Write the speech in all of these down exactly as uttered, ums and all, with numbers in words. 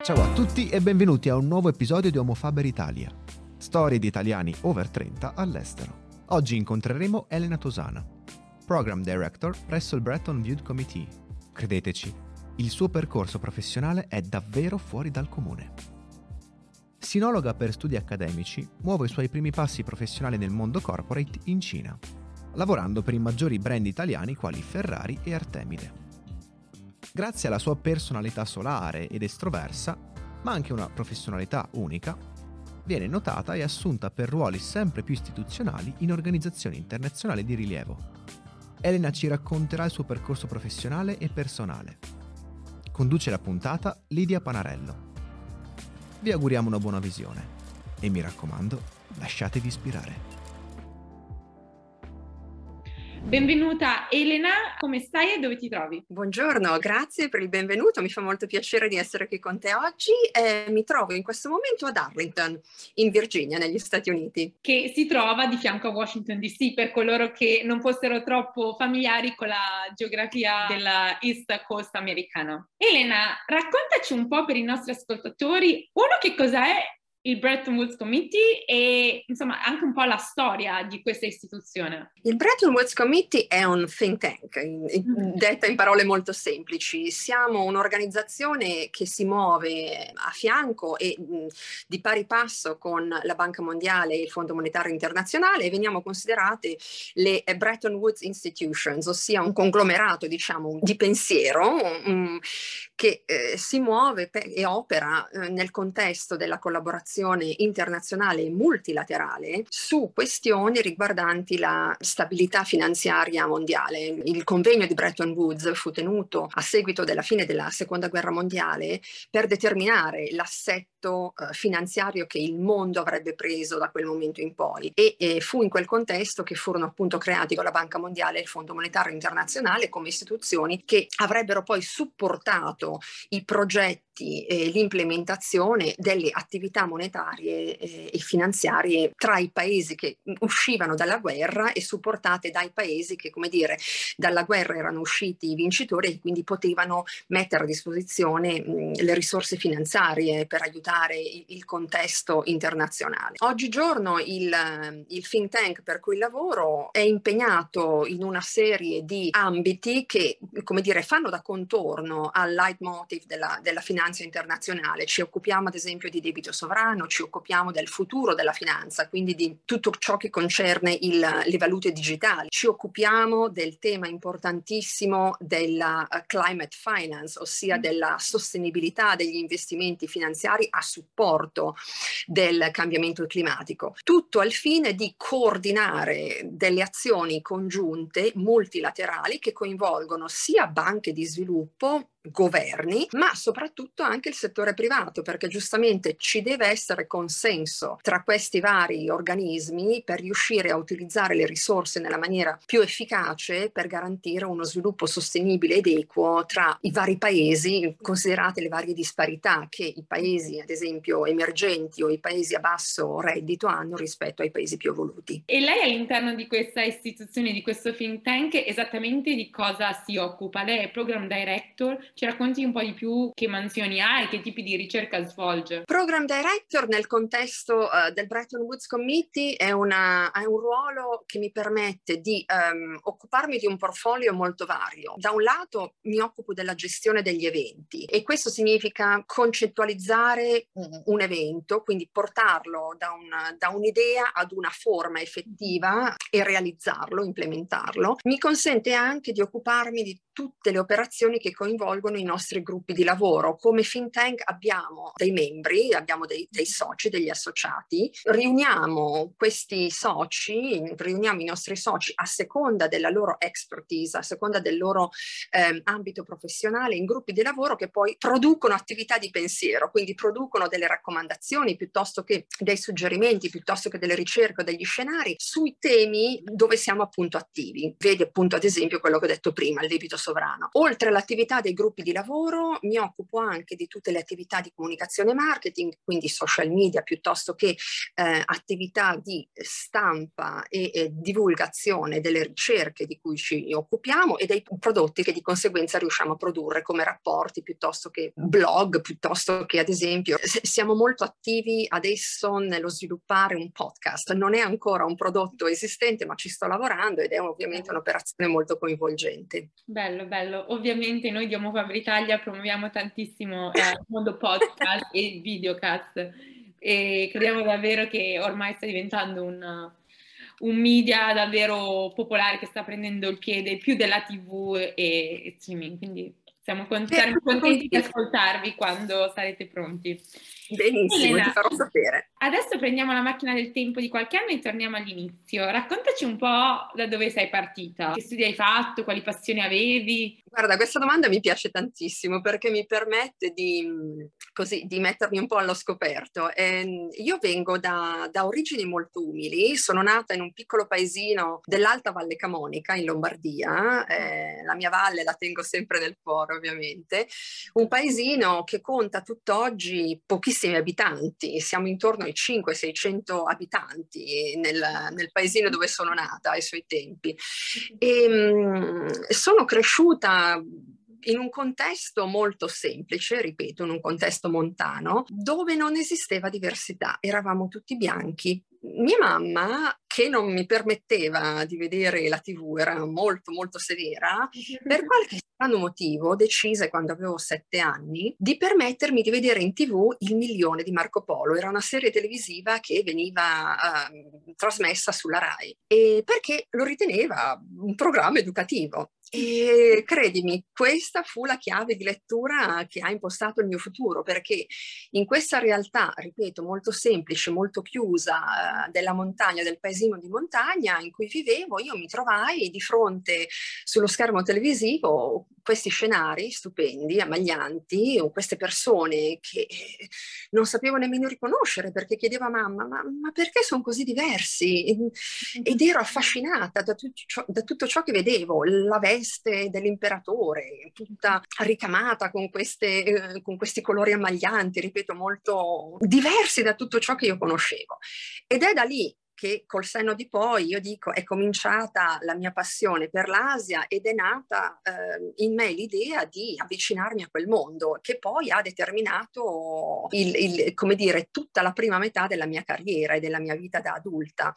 Ciao a tutti e benvenuti a un nuovo episodio di Homo Faber Italia. Storie di italiani over trenta all'estero. Oggi incontreremo Elena Tosana, Program Director presso il Bretton Woods Committee. Credeteci, il suo percorso professionale è davvero fuori dal comune. Sinologa per studi accademici, muove i suoi primi passi professionali nel mondo corporate in Cina, lavorando per i maggiori brand italiani quali Ferrari e Artemide. Grazie alla sua personalità solare ed estroversa, ma anche una professionalità unica, viene notata e assunta per ruoli sempre più istituzionali in organizzazioni internazionali di rilievo. Elena ci racconterà il suo percorso professionale e personale. Conduce la puntata Lidia Panarello. Vi auguriamo una buona visione e mi raccomando, lasciatevi ispirare. Benvenuta Elena, come stai e dove ti trovi? Buongiorno, grazie per il benvenuto, mi fa molto piacere di essere qui con te oggi. Eh, mi trovo in questo momento ad Arlington, in Virginia, negli Stati Uniti. Che si trova di fianco a Washington D C, per coloro che non fossero troppo familiari con la geografia della East Coast americana. Elena, raccontaci un po' per i nostri ascoltatori, uno, che cos'è il Bretton Woods Committee e insomma anche un po' la storia di questa istituzione. Il Bretton Woods Committee è un think tank, mm. detta in parole molto semplici. Siamo un'organizzazione che si muove a fianco e mh, di pari passo con la Banca Mondiale e il Fondo Monetario Internazionale e veniamo considerate le Bretton Woods Institutions, ossia un conglomerato, diciamo, di pensiero mh, che eh, si muove pe- e opera eh, nel contesto della collaborazione internazionale e multilaterale su questioni riguardanti la stabilità finanziaria mondiale. Il convegno di Bretton Woods fu tenuto a seguito della fine della Seconda Guerra Mondiale per determinare l'assetto eh, finanziario che il mondo avrebbe preso da quel momento in poi e eh, fu in quel contesto che furono appunto creati con la Banca Mondiale e il Fondo Monetario Internazionale come istituzioni che avrebbero poi supportato i progetti e l'implementazione delle attività monetarie eh, e finanziarie tra i paesi che uscivano dalla guerra e supportate dai paesi che, come dire, dalla guerra erano usciti vincitori e quindi potevano mettere a disposizione mh, le risorse finanziarie per aiutare il, il contesto internazionale. Oggigiorno il, il think tank per cui lavoro è impegnato in una serie di ambiti che, come dire, fanno da contorno al leitmotiv della, della finanza internazionale. Ci occupiamo ad esempio di debito sovrano, ci occupiamo del futuro della finanza, quindi di tutto ciò che concerne il, le valute digitali. Ci occupiamo del tema importantissimo della uh, climate finance, ossia della sostenibilità degli investimenti finanziari a supporto del cambiamento climatico. Tutto al fine di coordinare delle azioni congiunte multilaterali che coinvolgono sia banche di sviluppo, governi, ma soprattutto anche il settore privato, perché giustamente ci deve essere consenso tra questi vari organismi per riuscire a utilizzare le risorse nella maniera più efficace per garantire uno sviluppo sostenibile ed equo tra i vari paesi, considerate le varie disparità che i paesi, ad esempio, emergenti o i paesi a basso reddito hanno rispetto ai paesi più evoluti. E lei all'interno di questa istituzione, di questo think tank, esattamente di cosa si occupa? Lei è Program Director. Ci racconti un po' di più che mansioni ha e che tipi di ricerca svolge? Program Director nel contesto uh, del Bretton Woods Committee è, una, è un ruolo che mi permette di um, occuparmi di un portfolio molto vario. Da un lato mi occupo della gestione degli eventi e questo significa concettualizzare un, un evento, quindi portarlo da, un, da un'idea ad una forma effettiva e realizzarlo, implementarlo. Mi consente anche di occuparmi di tutte le operazioni che coinvolgono i nostri gruppi di lavoro. Come think tank abbiamo dei membri, abbiamo dei, dei soci, degli associati, riuniamo questi soci, riuniamo i nostri soci a seconda della loro expertise, a seconda del loro eh, ambito professionale in gruppi di lavoro che poi producono attività di pensiero, quindi producono delle raccomandazioni piuttosto che dei suggerimenti, piuttosto che delle ricerche o degli scenari sui temi dove siamo appunto attivi. Vedi appunto ad esempio quello che ho detto prima, il debito sovrano. Oltre all'attività dei gruppi di lavoro, mi occupo anche di tutte le attività di comunicazione e marketing, quindi social media piuttosto che eh, attività di stampa e, e divulgazione delle ricerche di cui ci occupiamo e dei prodotti che di conseguenza riusciamo a produrre, come rapporti piuttosto che blog, piuttosto che ad esempio siamo molto attivi adesso nello sviluppare un podcast. Non è ancora un prodotto esistente, ma ci sto lavorando ed è ovviamente un'operazione molto coinvolgente. Bello, bello. Ovviamente noi di Omofaber Italia promuoviamo tantissimo eh, il mondo podcast e videocast e crediamo davvero che ormai sta diventando un, un media davvero popolare che sta prendendo il piede più della tivù e, e streaming, quindi siamo contenti, contenti di ascoltarvi quando sarete pronti. Benissimo, Elena, ti farò sapere. Adesso prendiamo la macchina del tempo di qualche anno e torniamo all'inizio. Raccontaci un po' da dove sei partita, che studi hai fatto, quali passioni avevi. Guarda, questa domanda mi piace tantissimo perché mi permette di, così, di mettermi un po' allo scoperto. E io vengo da, da origini molto umili, sono nata in un piccolo paesino dell'Alta Valle Camonica in Lombardia, eh, la mia valle la tengo sempre nel cuore ovviamente, un paesino che conta tutt'oggi pochissimi abitanti, siamo intorno ai cinquecento seicento abitanti nel, nel paesino dove sono nata ai suoi tempi. E mh, sono cresciuta in un contesto molto semplice, ripeto, in un contesto montano, dove non esisteva diversità, eravamo tutti bianchi. Mia mamma, che non mi permetteva di vedere la tivù, era molto molto severa, per qualche strano motivo decise, quando avevo sette anni, di permettermi di vedere in tivù Il Milione di Marco Polo. Era una serie televisiva che veniva uh, trasmessa sulla Rai, e perché lo riteneva un programma educativo. E credimi, questa fu la chiave di lettura che ha impostato il mio futuro, perché in questa realtà, ripeto, molto semplice, molto chiusa, eh, della montagna, del paesino di montagna in cui vivevo, io mi trovai di fronte sullo schermo televisivo questi scenari stupendi, ammaglianti, o queste persone che non sapevo nemmeno riconoscere, perché chiedevo a mamma, ma, ma perché sono così diversi? Ed ero affascinata da, tu, ciò, da tutto ciò che vedevo, la veste dell'imperatore, tutta ricamata con, queste, eh, con questi colori ammaglianti, ripeto, molto diversi da tutto ciò che io conoscevo. Ed è da lì che col senno di poi io dico è cominciata la mia passione per l'Asia ed è nata eh, in me l'idea di avvicinarmi a quel mondo, che poi ha determinato il, il, come dire, tutta la prima metà della mia carriera e della mia vita da adulta.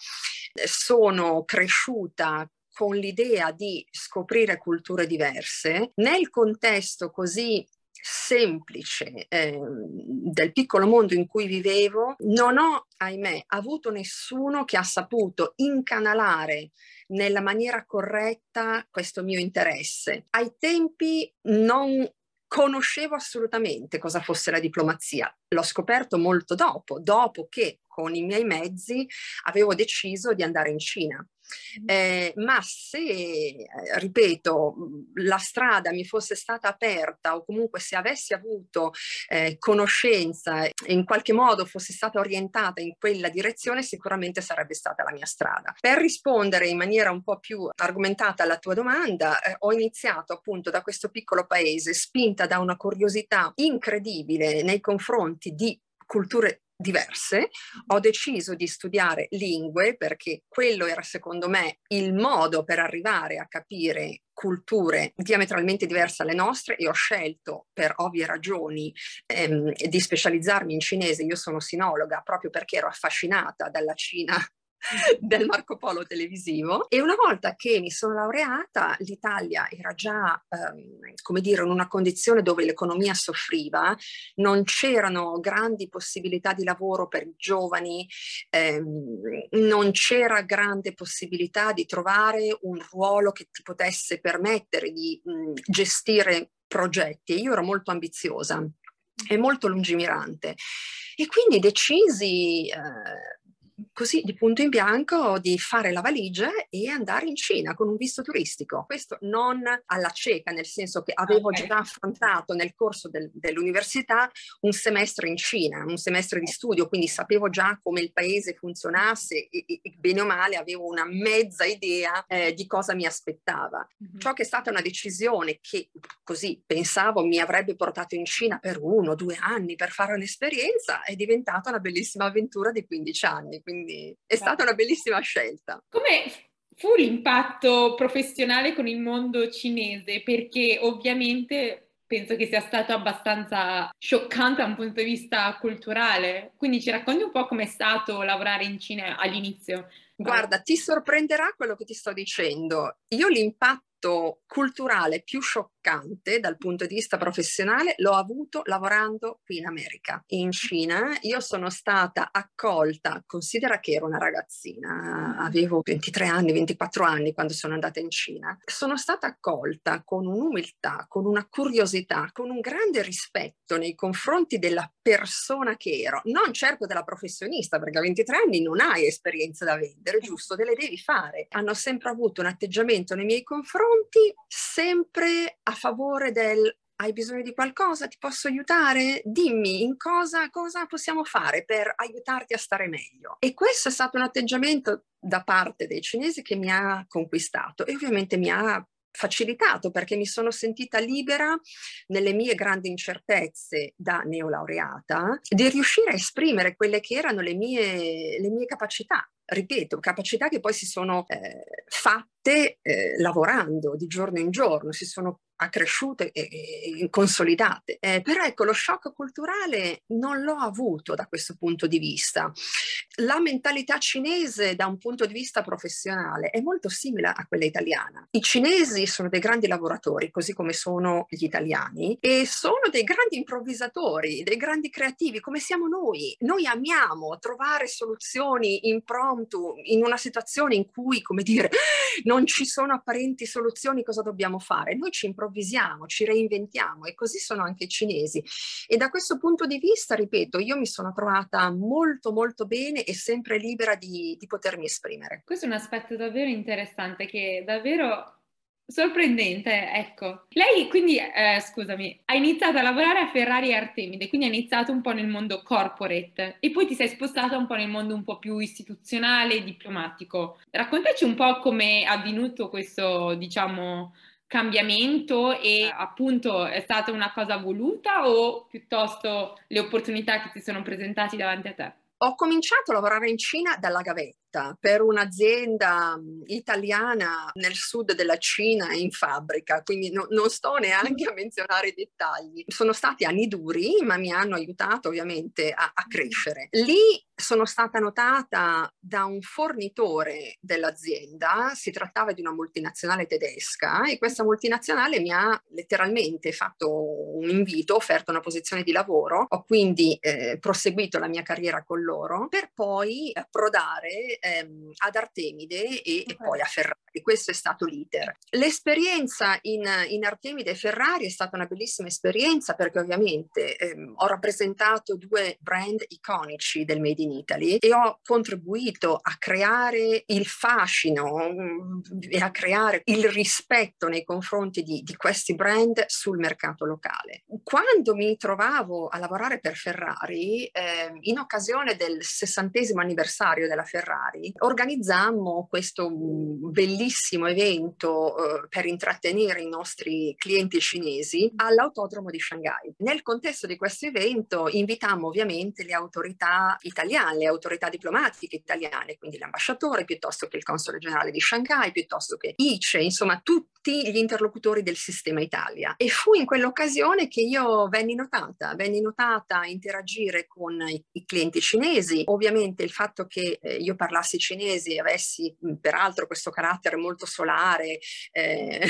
Sono cresciuta con l'idea di scoprire culture diverse nel contesto così semplice eh, del piccolo mondo in cui vivevo. Non ho, ahimè, avuto nessuno che ha saputo incanalare nella maniera corretta questo mio interesse. Ai tempi non conoscevo assolutamente cosa fosse la diplomazia. L'ho scoperto molto dopo, dopo che con i miei mezzi avevo deciso di andare in Cina. Eh, ma se, eh, ripeto, la strada mi fosse stata aperta o comunque se avessi avuto eh, conoscenza e in qualche modo fossi stata orientata in quella direzione, sicuramente sarebbe stata la mia strada. Per rispondere in maniera un po' più argomentata alla tua domanda, eh, ho iniziato appunto da questo piccolo paese, spinta da una curiosità incredibile nei confronti di culture diverse. Ho deciso di studiare lingue perché quello era secondo me il modo per arrivare a capire culture diametralmente diverse dalle nostre, e ho scelto per ovvie ragioni ehm, di specializzarmi in cinese. Io sono sinologa proprio perché ero affascinata dalla Cina del Marco Polo televisivo, e una volta che mi sono laureata l'Italia era già ehm, come dire in una condizione dove l'economia soffriva, non c'erano grandi possibilità di lavoro per i giovani, ehm, non c'era grande possibilità di trovare un ruolo che ti potesse permettere di mh, gestire progetti, e io ero molto ambiziosa e molto lungimirante, e quindi decisi eh, così di punto in bianco di fare la valigia e andare in Cina con un visto turistico. Questo non alla cieca, nel senso che avevo okay. già affrontato nel corso del, dell'università un semestre in Cina, un semestre di studio, quindi sapevo già come il paese funzionasse e, e, e bene o male avevo una mezza idea eh, di cosa mi aspettava. Mm-hmm. Ciò che è stata una decisione che così pensavo mi avrebbe portato in Cina per uno o due anni per fare un'esperienza è diventata una bellissima avventura di quindici anni, quindi è stata una bellissima scelta. Come fu l'impatto professionale con il mondo cinese? Perché ovviamente penso che sia stato abbastanza scioccante da un punto di vista culturale. Quindi ci racconti un po' com'è stato lavorare in Cina all'inizio? Guarda, ti sorprenderà quello che ti sto dicendo. Io l'impatto culturale più scioccante dal punto di vista professionale l'ho avuto lavorando qui in America. In Cina io sono stata accolta, considera che ero una ragazzina, avevo ventitré anni, ventiquattro anni quando sono andata in Cina, sono stata accolta con un'umiltà, con una curiosità, con un grande rispetto nei confronti della persona che ero, non certo della professionista, perché a ventitré anni non hai esperienze da vendere, giusto? Te le devi fare. Hanno sempre avuto un atteggiamento nei miei confronti sempre a favore del hai bisogno di qualcosa? Ti posso aiutare? Dimmi in cosa, cosa possiamo fare per aiutarti a stare meglio. E questo è stato un atteggiamento da parte dei cinesi che mi ha conquistato e ovviamente mi ha facilitato perché mi sono sentita libera nelle mie grandi incertezze da neolaureata di riuscire a esprimere quelle che erano le mie, le mie capacità. Ripeto, capacità che poi si sono eh, fatte eh, lavorando di giorno in giorno, si sono accresciute e, e consolidate. Eh, però ecco, lo shock culturale non l'ho avuto da questo punto di vista. La mentalità cinese da un punto di vista professionale è molto simile a quella italiana. I cinesi sono dei grandi lavoratori, così come sono gli italiani, e sono dei grandi improvvisatori, dei grandi creativi, come siamo noi. Noi amiamo trovare soluzioni impromptu in una situazione in cui, come dire, non ci sono apparenti soluzioni, cosa dobbiamo fare? Noi ci improvvisiamo, ci reinventiamo e così sono anche i cinesi. E da questo punto di vista, ripeto, io mi sono trovata molto molto bene e sempre libera di, di potermi esprimere. Questo è un aspetto davvero interessante, che è davvero sorprendente, ecco. Lei quindi, eh, scusami, ha iniziato a lavorare a Ferrari e Artemide, quindi ha iniziato un po' nel mondo corporate e poi ti sei spostata un po' nel mondo un po' più istituzionale e diplomatico. Raccontaci un po' come è avvenuto questo, diciamo, cambiamento e appunto è stata una cosa voluta o piuttosto le opportunità che ti sono presentati davanti a te? Ho cominciato a lavorare in Cina dalla gavetta per un'azienda italiana nel sud della Cina in fabbrica, quindi no, non sto neanche a menzionare i dettagli. Sono stati anni duri, ma mi hanno aiutato ovviamente a, a crescere. Lì sono stata notata da un fornitore dell'azienda, si trattava di una multinazionale tedesca e questa multinazionale mi ha letteralmente fatto un invito, offerto una posizione di lavoro, ho quindi eh, proseguito la mia carriera con loro per poi approdare ehm, ad Artemide e, okay. e poi a Ferrari. Questo è stato l'iter. L'esperienza in, in Artemide e Ferrari è stata una bellissima esperienza perché ovviamente ehm, ho rappresentato due brand iconici del Made in Italy e ho contribuito a creare il fascino mh, e a creare il rispetto nei confronti di, di questi brand sul mercato locale. Quando mi trovavo a lavorare per Ferrari, eh, in occasione del sessantesimo anniversario della Ferrari, organizzammo questo bellissimo evento eh, per intrattenere i nostri clienti cinesi all'autodromo di Shanghai. Nel contesto di questo evento invitammo ovviamente le autorità italiane, le autorità diplomatiche italiane, quindi l'ambasciatore, piuttosto che il console generale di Shanghai, piuttosto che I C E, insomma tutti gli interlocutori del sistema Italia. E fu in quell'occasione che io venni notata, venni notata a interagire con i, i clienti cinesi. Ovviamente il fatto che eh, io parlassi cinese e avessi mh, peraltro questo carattere molto solare, eh,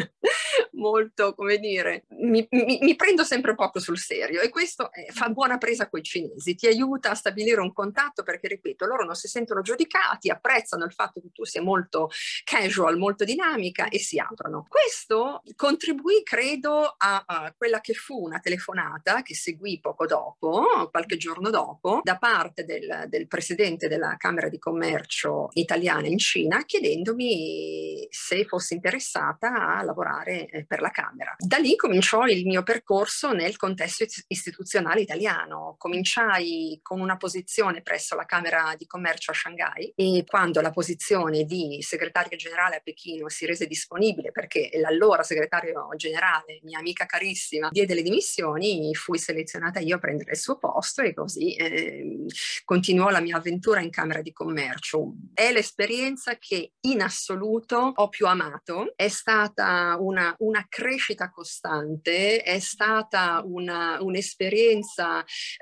molto, come dire, mi, mi, mi prendo sempre poco sul serio e questo eh, fa buona presa coi cinesi, ti aiuta a stabilire un contatto perché, ripeto, loro non si sentono giudicati, apprezzano il fatto che tu sia molto casual, molto dinamica e si aprono. dimostrano. Questo contribuì, credo, a, a quella che fu una telefonata che seguì poco dopo, qualche giorno dopo, da parte del, del presidente della Camera di Commercio italiana in Cina, chiedendomi se fossi interessata a lavorare per la Camera. Da lì cominciò il mio percorso nel contesto istituzionale italiano. Cominciai con una posizione presso la Camera di Commercio a Shanghai, e quando la posizione di segretario generale a Pechino si rese disponibile, perché l'allora segretario generale, mia amica carissima, diede le dimissioni, fui selezionata io a prendere il suo posto, e così eh, continuò la mia avventura in Camera di Commercio. È l'esperienza che in assoluto ho più amato, è stata una, una crescita costante, è stata una, un'esperienza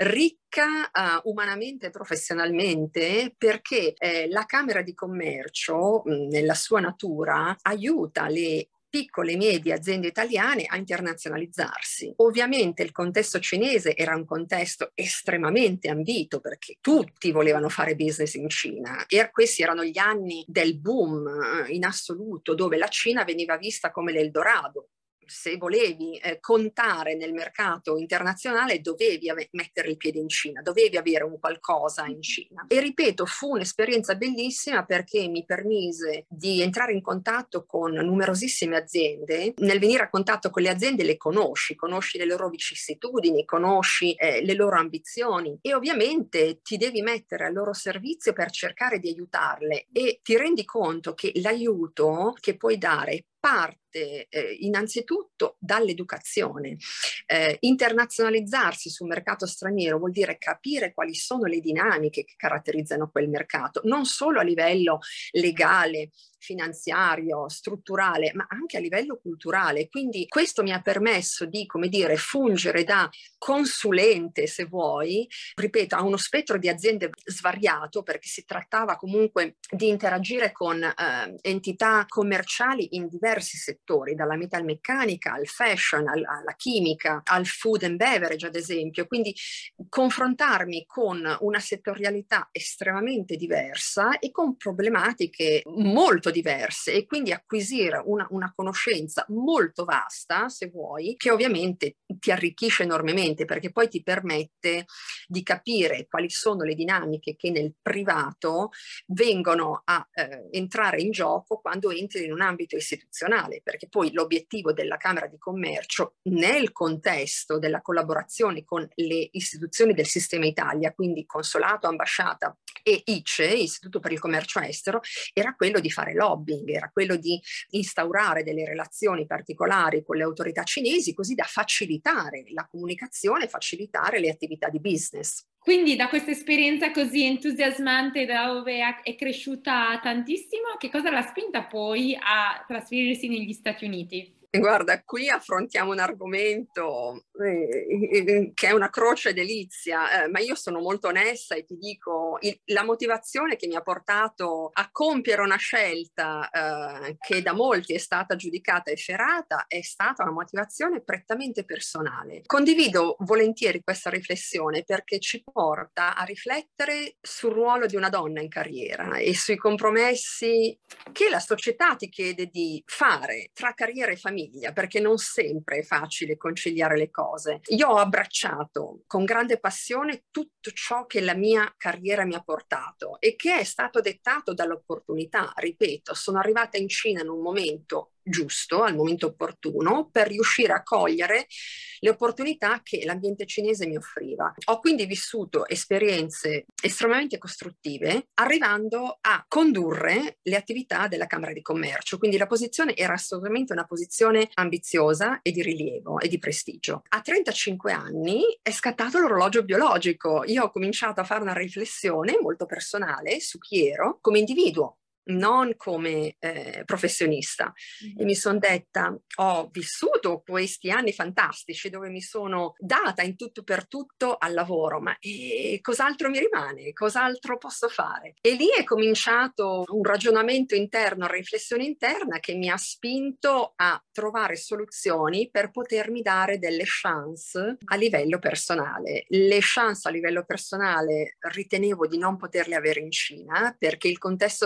ricca uh, umanamente e professionalmente, perché eh, la Camera di Commercio mh, nella sua natura aiuta le piccole e medie aziende italiane a internazionalizzarsi. Ovviamente il contesto cinese era un contesto estremamente ambito, perché tutti volevano fare business in Cina, e questi erano gli anni del boom eh, in assoluto, dove la Cina veniva vista come l'Eldorado. Se volevi eh, contare nel mercato internazionale dovevi ave- mettere il piede in Cina, dovevi avere un qualcosa in Cina. E ripeto, fu un'esperienza bellissima, perché mi permise di entrare in contatto con numerosissime aziende. Nel venire a contatto con le aziende le conosci, conosci le loro vicissitudini, conosci eh, le loro ambizioni, e ovviamente ti devi mettere al loro servizio per cercare di aiutarle, e ti rendi conto che l'aiuto che puoi dare parte eh, innanzitutto dall'educazione. Eh, internazionalizzarsi sul mercato straniero vuol dire capire quali sono le dinamiche che caratterizzano quel mercato, non solo a livello legale, finanziario, strutturale, ma anche a livello culturale. Quindi questo mi ha permesso di, come dire, fungere da consulente, se vuoi, ripeto, a uno spettro di aziende svariato, perché si trattava comunque di interagire con eh, entità commerciali in diversi settori, dalla metalmeccanica al fashion, al, alla chimica, al food and beverage, ad esempio. Quindi confrontarmi con una settorialità estremamente diversa e con problematiche molto diverse, e quindi acquisire una, una conoscenza molto vasta, se vuoi, che ovviamente ti arricchisce enormemente, perché poi ti permette di capire quali sono le dinamiche che nel privato vengono a eh, entrare in gioco quando entri in un ambito istituzionale, perché poi l'obiettivo della Camera di Commercio nel contesto della collaborazione con le istituzioni del sistema Italia, quindi consolato, ambasciata e I C E, Istituto per il Commercio Estero, era quello di fare lobbying, era quello di instaurare delle relazioni particolari con le autorità cinesi, così da facilitare la comunicazione, facilitare le attività di business. Quindi da questa esperienza così entusiasmante, dove è cresciuta tantissimo, che cosa l'ha spinta poi a trasferirsi negli Stati Uniti? Guarda, qui affrontiamo un argomento eh, che è una croce delizia, eh, ma io sono molto onesta e ti dico, il, la motivazione che mi ha portato a compiere una scelta eh, che da molti è stata giudicata efferata è stata una motivazione prettamente personale. Condivido volentieri questa riflessione perché ci porta a riflettere sul ruolo di una donna in carriera e sui compromessi che la società ti chiede di fare tra carriera e famiglia, perché non sempre è facile conciliare le cose. Io ho abbracciato con grande passione tutto ciò che la mia carriera mi ha portato e che è stato dettato dall'opportunità. Ripeto, sono arrivata in Cina in un momento giusto, al momento opportuno, per riuscire a cogliere le opportunità che l'ambiente cinese mi offriva. Ho quindi vissuto esperienze estremamente costruttive, arrivando a condurre le attività della Camera di Commercio. Quindi la posizione era assolutamente una posizione ambiziosa e di rilievo e di prestigio. A trentacinque anni è scattato l'orologio biologico. Io ho cominciato a fare una riflessione molto personale su chi ero come individuo, non come eh, professionista, mm-hmm. E mi sono detta, ho vissuto questi anni fantastici dove mi sono data in tutto per tutto al lavoro, ma eh, cos'altro mi rimane? Cos'altro posso fare? E lì è cominciato un ragionamento interno, una riflessione interna che mi ha spinto a trovare soluzioni per potermi dare delle chance a livello personale. Le chance a livello personale ritenevo di non poterle avere in Cina perché il contesto sociale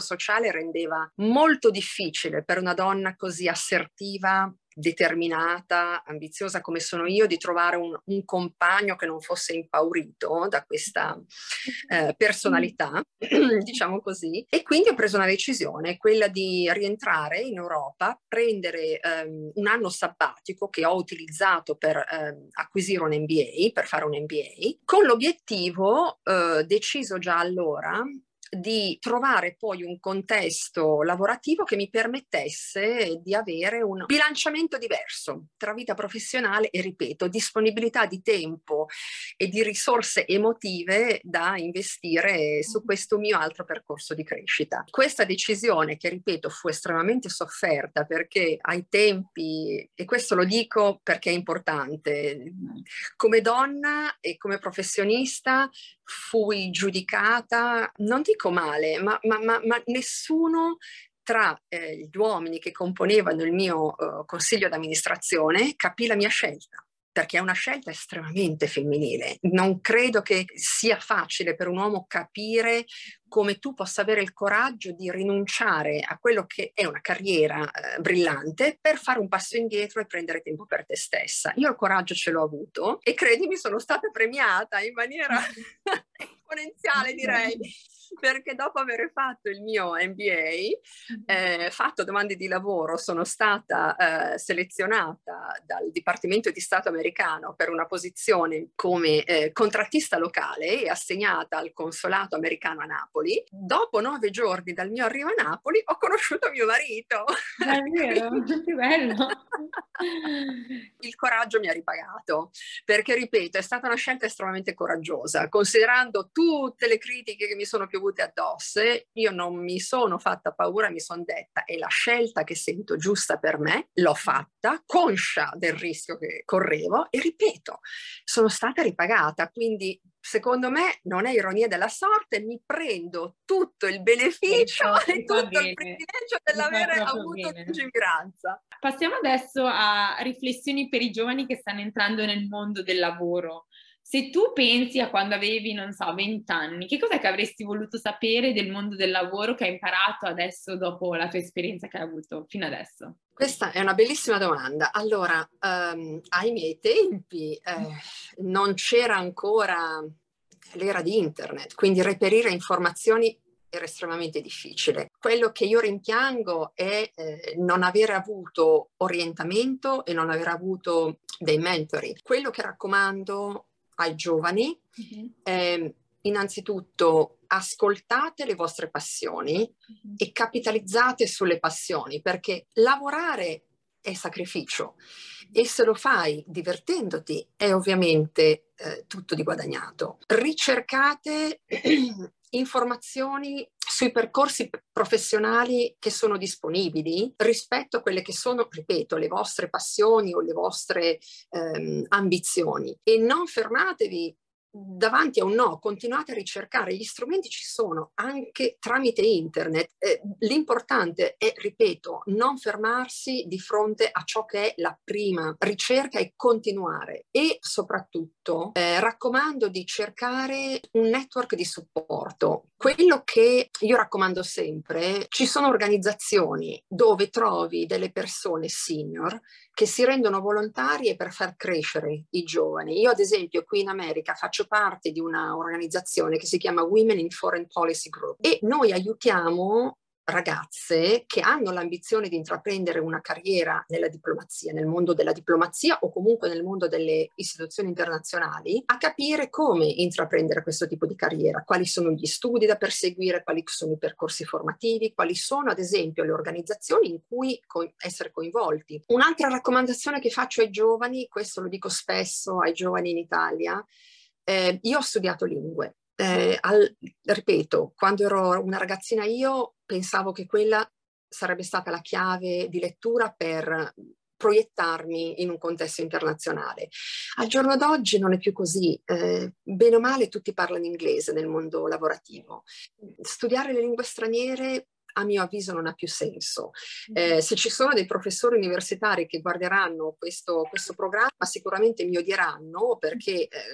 professionale rendeva molto difficile per una donna così assertiva, determinata, ambiziosa come sono io, di trovare un, un compagno che non fosse impaurito da questa eh, personalità, diciamo così. E quindi ho preso una decisione, quella di rientrare in Europa, prendere ehm, un anno sabbatico che ho utilizzato per ehm, acquisire un M B A, per fare un M B A, con l'obiettivo eh, deciso già allora di trovare poi un contesto lavorativo che mi permettesse di avere un bilanciamento diverso tra vita professionale e, ripeto, disponibilità di tempo e di risorse emotive da investire su questo mio altro percorso di crescita. Questa decisione, che ripeto fu estremamente sofferta, perché ai tempi, e questo lo dico perché è importante, come donna e come professionista fui giudicata, non dico male, ma, ma, ma, ma nessuno tra eh, gli uomini che componevano il mio uh, consiglio d'amministrazione capì la mia scelta, perché è una scelta estremamente femminile. Non credo che sia facile per un uomo capire come tu possa avere il coraggio di rinunciare a quello che è una carriera eh, brillante per fare un passo indietro e prendere tempo per te stessa. Io il coraggio ce l'ho avuto e credimi, sono stata premiata in maniera esponenziale, direi, perché dopo aver fatto il mio M B A, eh, fatto domande di lavoro, sono stata eh, selezionata dal Dipartimento di Stato americano per una posizione come eh, contrattista locale e assegnata al consolato americano a Napoli. Dopo nove giorni dal mio arrivo a Napoli ho conosciuto mio marito. Davvero? Che bello! Il coraggio mi ha ripagato, perché ripeto, è stata una scelta estremamente coraggiosa, considerando tutte le critiche che mi sono piovute addosso. Io non mi sono fatta paura, mi sono detta è la scelta che sento giusta per me, l'ho fatta, conscia del rischio che correvo e ripeto, sono stata ripagata, quindi secondo me non è ironia della sorte, mi prendo tutto il beneficio e tutto il privilegio dell'avere avuto lungimiranza. Passiamo adesso a riflessioni per i giovani che stanno entrando nel mondo del lavoro. Se tu pensi a quando avevi, non so, venti anni, che cos'è che avresti voluto sapere del mondo del lavoro che hai imparato adesso dopo la tua esperienza che hai avuto fino adesso? Questa è una bellissima domanda. Allora, um, ai miei tempi eh, non c'era ancora l'era di internet, quindi reperire informazioni era estremamente difficile. Quello che io rimpiango è eh, non aver avuto orientamento e non aver avuto dei mentori. Quello che raccomando ai giovani Mm-hmm. è innanzitutto ascoltate le vostre passioni mm-hmm. e capitalizzate sulle passioni, perché lavorare è sacrificio e se lo fai divertendoti è ovviamente eh, tutto di guadagnato. Ricercate informazioni sui percorsi professionali che sono disponibili rispetto a quelle che sono, ripeto, le vostre passioni o le vostre ehm, ambizioni e non fermatevi davanti a un no, continuate a ricercare, gli strumenti ci sono anche tramite internet. Eh, l'importante è, ripeto, non fermarsi di fronte a ciò che è la prima ricerca e continuare e soprattutto eh, raccomando di cercare un network di supporto. Quello che io raccomando sempre, ci sono organizzazioni dove trovi delle persone senior che si rendono volontarie per far crescere i giovani. Io ad esempio qui in America faccio parte di una organizzazione che si chiama Women in Foreign Policy Group e noi aiutiamo ragazze che hanno l'ambizione di intraprendere una carriera nella diplomazia, nel mondo della diplomazia o comunque nel mondo delle istituzioni internazionali, a capire come intraprendere questo tipo di carriera, quali sono gli studi da perseguire, quali sono i percorsi formativi, quali sono ad esempio le organizzazioni in cui co- essere coinvolti. Un'altra raccomandazione che faccio ai giovani, questo lo dico spesso ai giovani in Italia, eh, io ho studiato lingue. Eh, al, ripeto, quando ero una ragazzina io pensavo che quella sarebbe stata la chiave di lettura per proiettarmi in un contesto internazionale. Al giorno d'oggi non è più così. Eh, bene o male tutti parlano inglese nel mondo lavorativo. Studiare le lingue straniere a mio avviso non ha più senso. Eh, se ci sono dei professori universitari che guarderanno questo, questo programma sicuramente mi odieranno perché eh,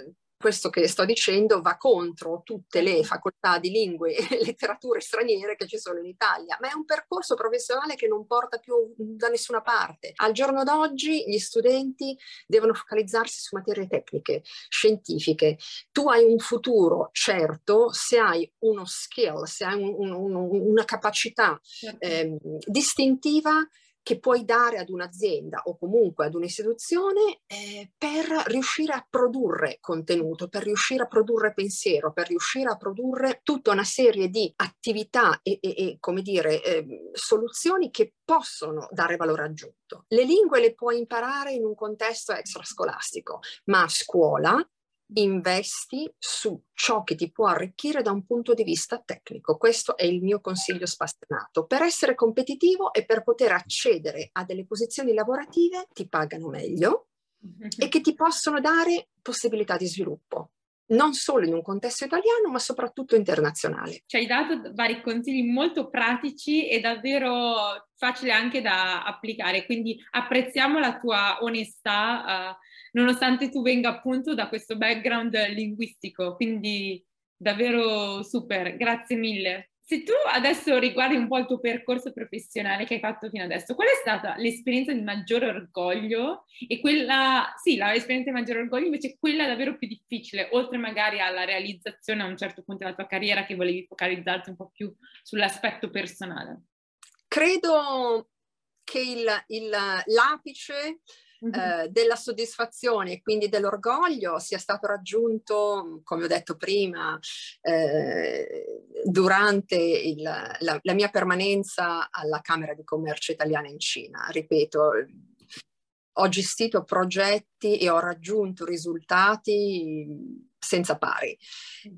questo che sto dicendo va contro tutte le facoltà di lingue e letterature straniere che ci sono in Italia, ma è un percorso professionale che non porta più da nessuna parte. Al giorno d'oggi gli studenti devono focalizzarsi su materie tecniche, scientifiche. Tu hai un futuro certo se hai uno skill, se hai un, un, un, una capacità eh, distintiva che puoi dare ad un'azienda o comunque ad un'istituzione eh, per riuscire a produrre contenuto, per riuscire a produrre pensiero, per riuscire a produrre tutta una serie di attività e, e, e come dire, eh, soluzioni che possono dare valore aggiunto. Le lingue le puoi imparare in un contesto extrascolastico, ma a scuola investi su ciò che ti può arricchire da un punto di vista tecnico. Questo è il mio consiglio spassionato. Per essere competitivo e per poter accedere a delle posizioni lavorative ti pagano meglio e che ti possono dare possibilità di sviluppo, non solo in un contesto italiano, ma soprattutto internazionale. Ci hai dato vari consigli molto pratici e davvero facile anche da applicare, quindi apprezziamo la tua onestà, uh, nonostante tu venga appunto da questo background linguistico, quindi davvero super, grazie mille. Se tu adesso riguardi un po' il tuo percorso professionale che hai fatto fino adesso, qual è stata l'esperienza di maggiore orgoglio e quella, sì, l'esperienza di maggiore orgoglio invece quella davvero più difficile, oltre magari alla realizzazione a un certo punto della tua carriera che volevi focalizzarti un po' più sull'aspetto personale? Credo che il, il, l'apice Eh, della soddisfazione e quindi dell'orgoglio sia stato raggiunto, come ho detto prima, eh, durante il, la, la mia permanenza alla Camera di Commercio Italiana in Cina. Ripeto, ho gestito progetti e ho raggiunto risultati senza pari mm-hmm.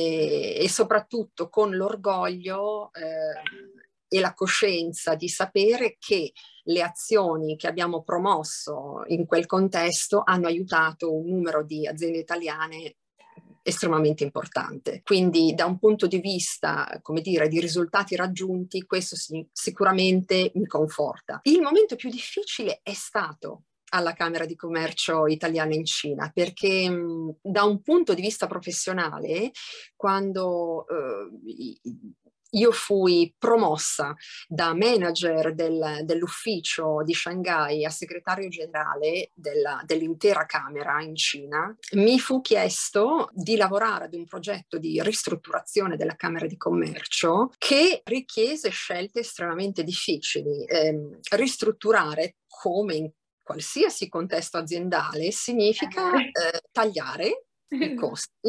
e, e soprattutto con l'orgoglio eh, e la coscienza di sapere che le azioni che abbiamo promosso in quel contesto hanno aiutato un numero di aziende italiane estremamente importante. Quindi da un punto di vista, come dire, di risultati raggiunti, questo sì, sicuramente mi conforta. Il momento più difficile è stato alla Camera di Commercio Italiana in Cina, perché mh, da un punto di vista professionale, quando eh, io fui promossa da manager del, dell'ufficio di Shanghai a segretario generale della, dell'intera Camera in Cina, mi fu chiesto di lavorare ad un progetto di ristrutturazione della Camera di Commercio che richiese scelte estremamente difficili. Eh, ristrutturare, come in qualsiasi contesto aziendale, significa eh, tagliare i costi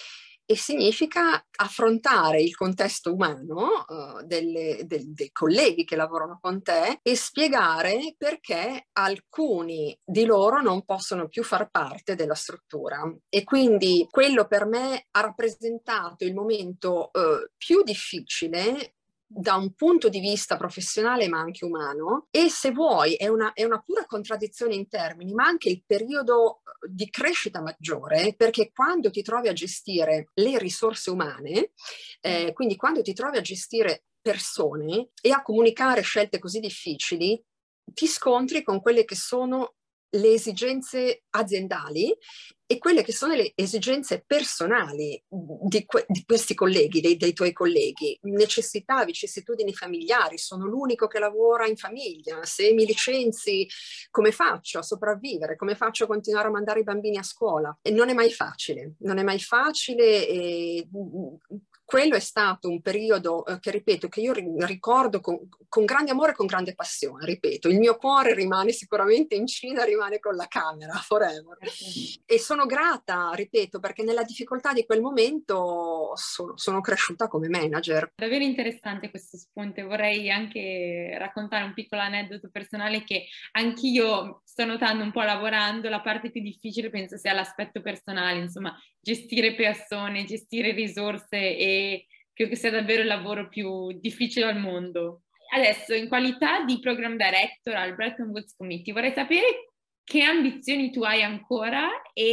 e significa affrontare il contesto umano uh, delle, del, dei colleghi che lavorano con te e spiegare perché alcuni di loro non possono più far parte della struttura. E quindi quello per me ha rappresentato il momento uh, più difficile da un punto di vista professionale ma anche umano, e se vuoi è una, è una pura contraddizione in termini, ma anche il periodo di crescita maggiore, perché quando ti trovi a gestire le risorse umane, eh, quindi quando ti trovi a gestire persone e a comunicare scelte così difficili, ti scontri con quelle che sono le esigenze aziendali e quelle che sono le esigenze personali di, que- di questi colleghi, dei, dei tuoi colleghi, necessità, vicissitudini familiari, sono l'unico che lavora in famiglia, se mi licenzi come faccio a sopravvivere, come faccio a continuare a mandare i bambini a scuola? E non è mai facile, non è mai facile e quello è stato un periodo eh, che, ripeto, che io ricordo con, con grande amore e con grande passione, ripeto, il mio cuore rimane sicuramente in Cina, rimane con la Camera, forever. E sono grata, ripeto, perché nella difficoltà di quel momento sono, sono cresciuta come manager. Davvero interessante questo spunto, e vorrei anche raccontare un piccolo aneddoto personale che anch'io sto notando un po' lavorando. La parte più difficile penso sia l'aspetto personale, insomma, gestire persone, gestire risorse, e credo che sia davvero il lavoro più difficile al mondo. Adesso, in qualità di Program Director al Bretton Woods Committee, vorrei sapere che ambizioni tu hai ancora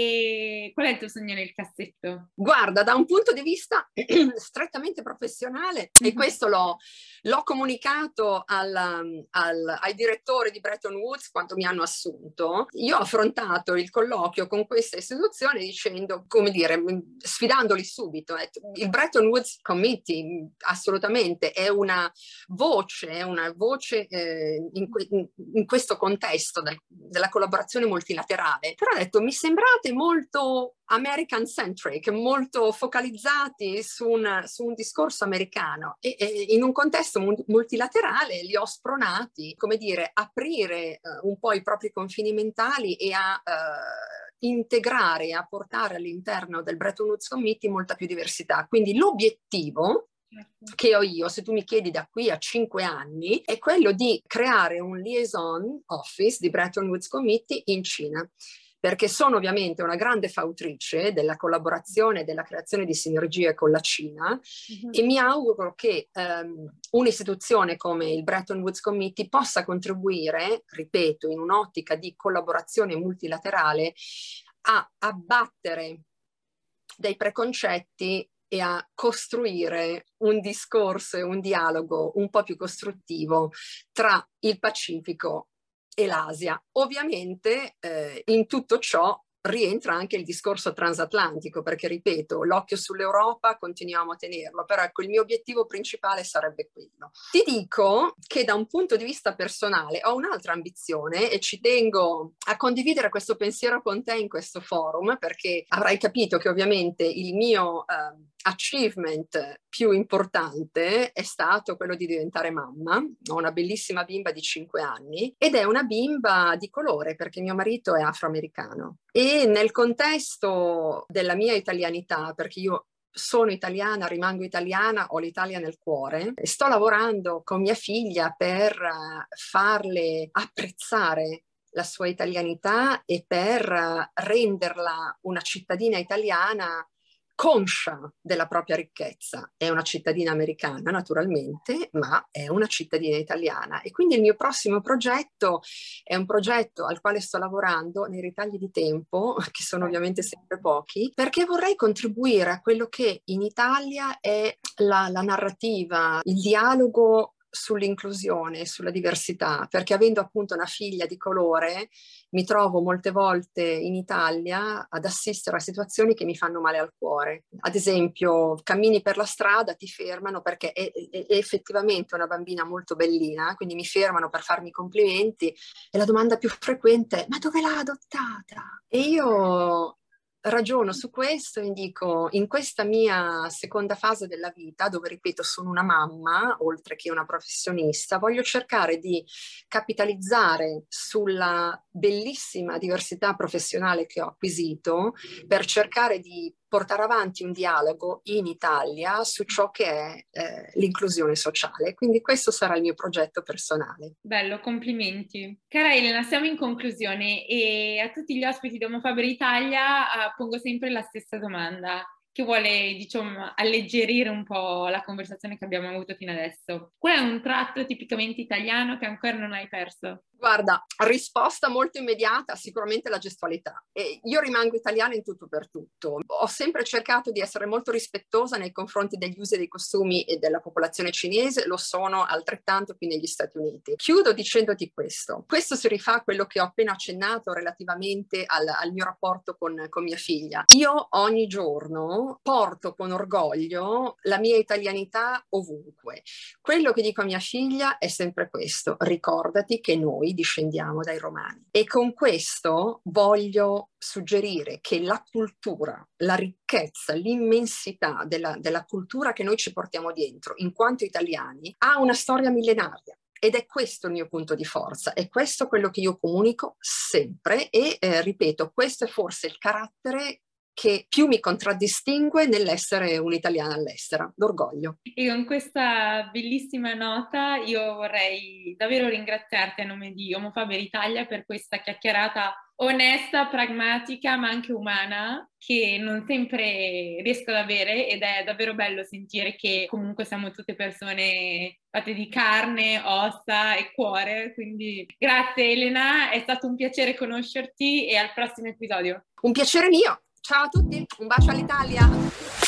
e qual è il tuo sogno nel cassetto? Guarda, da un punto di vista strettamente professionale, mm-hmm. e questo l'ho, l'ho comunicato al, al, ai direttori di Bretton Woods quando mi hanno assunto, io ho affrontato il colloquio con questa istituzione dicendo, come dire, sfidandoli subito, eh, il Bretton Woods Committee assolutamente è una voce, è una voce eh, in, que- in questo contesto del, della collaborazione multilaterale, però ho detto mi sembrate molto American centric, molto focalizzati su un, su un discorso americano e, e in un contesto multilaterale li ho spronati, come dire, aprire uh, un po' i propri confini mentali e a uh, integrare, a portare all'interno del Bretton Woods Committee molta più diversità. Quindi l'obiettivo che ho io, se tu mi chiedi da qui a cinque anni, è quello di creare un liaison office di Bretton Woods Committee in Cina, perché sono ovviamente una grande fautrice della collaborazione e della creazione di sinergie con la Cina, mm-hmm. e mi auguro che um, un'istituzione come il Bretton Woods Committee possa contribuire, ripeto, in un'ottica di collaborazione multilaterale, a abbattere dei preconcetti e a costruire un discorso e un dialogo un po' più costruttivo tra il Pacifico e l'Asia. Ovviamente eh, in tutto ciò rientra anche il discorso transatlantico, perché ripeto, l'occhio sull'Europa continuiamo a tenerlo, però ecco il mio obiettivo principale sarebbe quello. Ti dico che da un punto di vista personale ho un'altra ambizione e ci tengo a condividere questo pensiero con te in questo forum, perché avrai capito che ovviamente il mio eh, achievement più importante è stato quello di diventare mamma. Ho una bellissima bimba di cinque anni ed è una bimba di colore perché mio marito è afroamericano, e nel contesto della mia italianità, perché io sono italiana, rimango italiana, ho l'Italia nel cuore, e sto lavorando con mia figlia per farle apprezzare la sua italianità e per renderla una cittadina italiana conscia della propria ricchezza. È una cittadina americana naturalmente, ma è una cittadina italiana, e quindi il mio prossimo progetto è un progetto al quale sto lavorando nei ritagli di tempo, che sono ovviamente sempre pochi, perché vorrei contribuire a quello che in Italia è la, la narrativa, il dialogo sull'inclusione, sulla diversità, perché avendo appunto una figlia di colore mi trovo molte volte in Italia ad assistere a situazioni che mi fanno male al cuore. Ad esempio, cammini per la strada, ti fermano perché è, è, è effettivamente una bambina molto bellina, quindi mi fermano per farmi complimenti e la domanda più frequente è: ma dove l'ha adottata? E io ragiono su questo e dico, in questa mia seconda fase della vita, dove ripeto sono una mamma oltre che una professionista, voglio cercare di capitalizzare sulla bellissima diversità professionale che ho acquisito per cercare di portare avanti un dialogo in Italia su ciò che è eh, l'inclusione sociale. Quindi questo sarà il mio progetto personale. Bello, complimenti. Cara Elena, siamo in conclusione e a tutti gli ospiti di Omofaber Italia uh, pongo sempre la stessa domanda, che vuole, diciamo, alleggerire un po' la conversazione che abbiamo avuto fino adesso. Qual è un tratto tipicamente italiano che ancora non hai perso? Guarda, risposta molto immediata, sicuramente la gestualità. E io rimango italiana in tutto per tutto. Ho sempre cercato di essere molto rispettosa nei confronti degli usi e dei costumi e della popolazione cinese, lo sono altrettanto qui negli Stati Uniti. Chiudo dicendoti questo. Questo si rifà a quello che ho appena accennato relativamente al, al mio rapporto con, con mia figlia. Io ogni giorno porto con orgoglio la mia italianità ovunque. Quello che dico a mia figlia è sempre questo: ricordati che noi discendiamo dai Romani. E con questo voglio suggerire che la cultura, la ricchezza, l'immensità della, della cultura che noi ci portiamo dietro in quanto italiani ha una storia millenaria. Ed è questo il mio punto di forza, è questo quello che io comunico sempre e eh, ripeto, questo è forse il carattere che più mi contraddistingue nell'essere un'italiana all'estero, l'orgoglio. E con questa bellissima nota io vorrei davvero ringraziarti a nome di Omofaber Italia per questa chiacchierata onesta, pragmatica, ma anche umana, che non sempre riesco ad avere, ed è davvero bello sentire che comunque siamo tutte persone fatte di carne, ossa e cuore. Quindi grazie Elena, è stato un piacere conoscerti e al prossimo episodio. Un piacere mio. Ciao a tutti, un bacio all'Italia!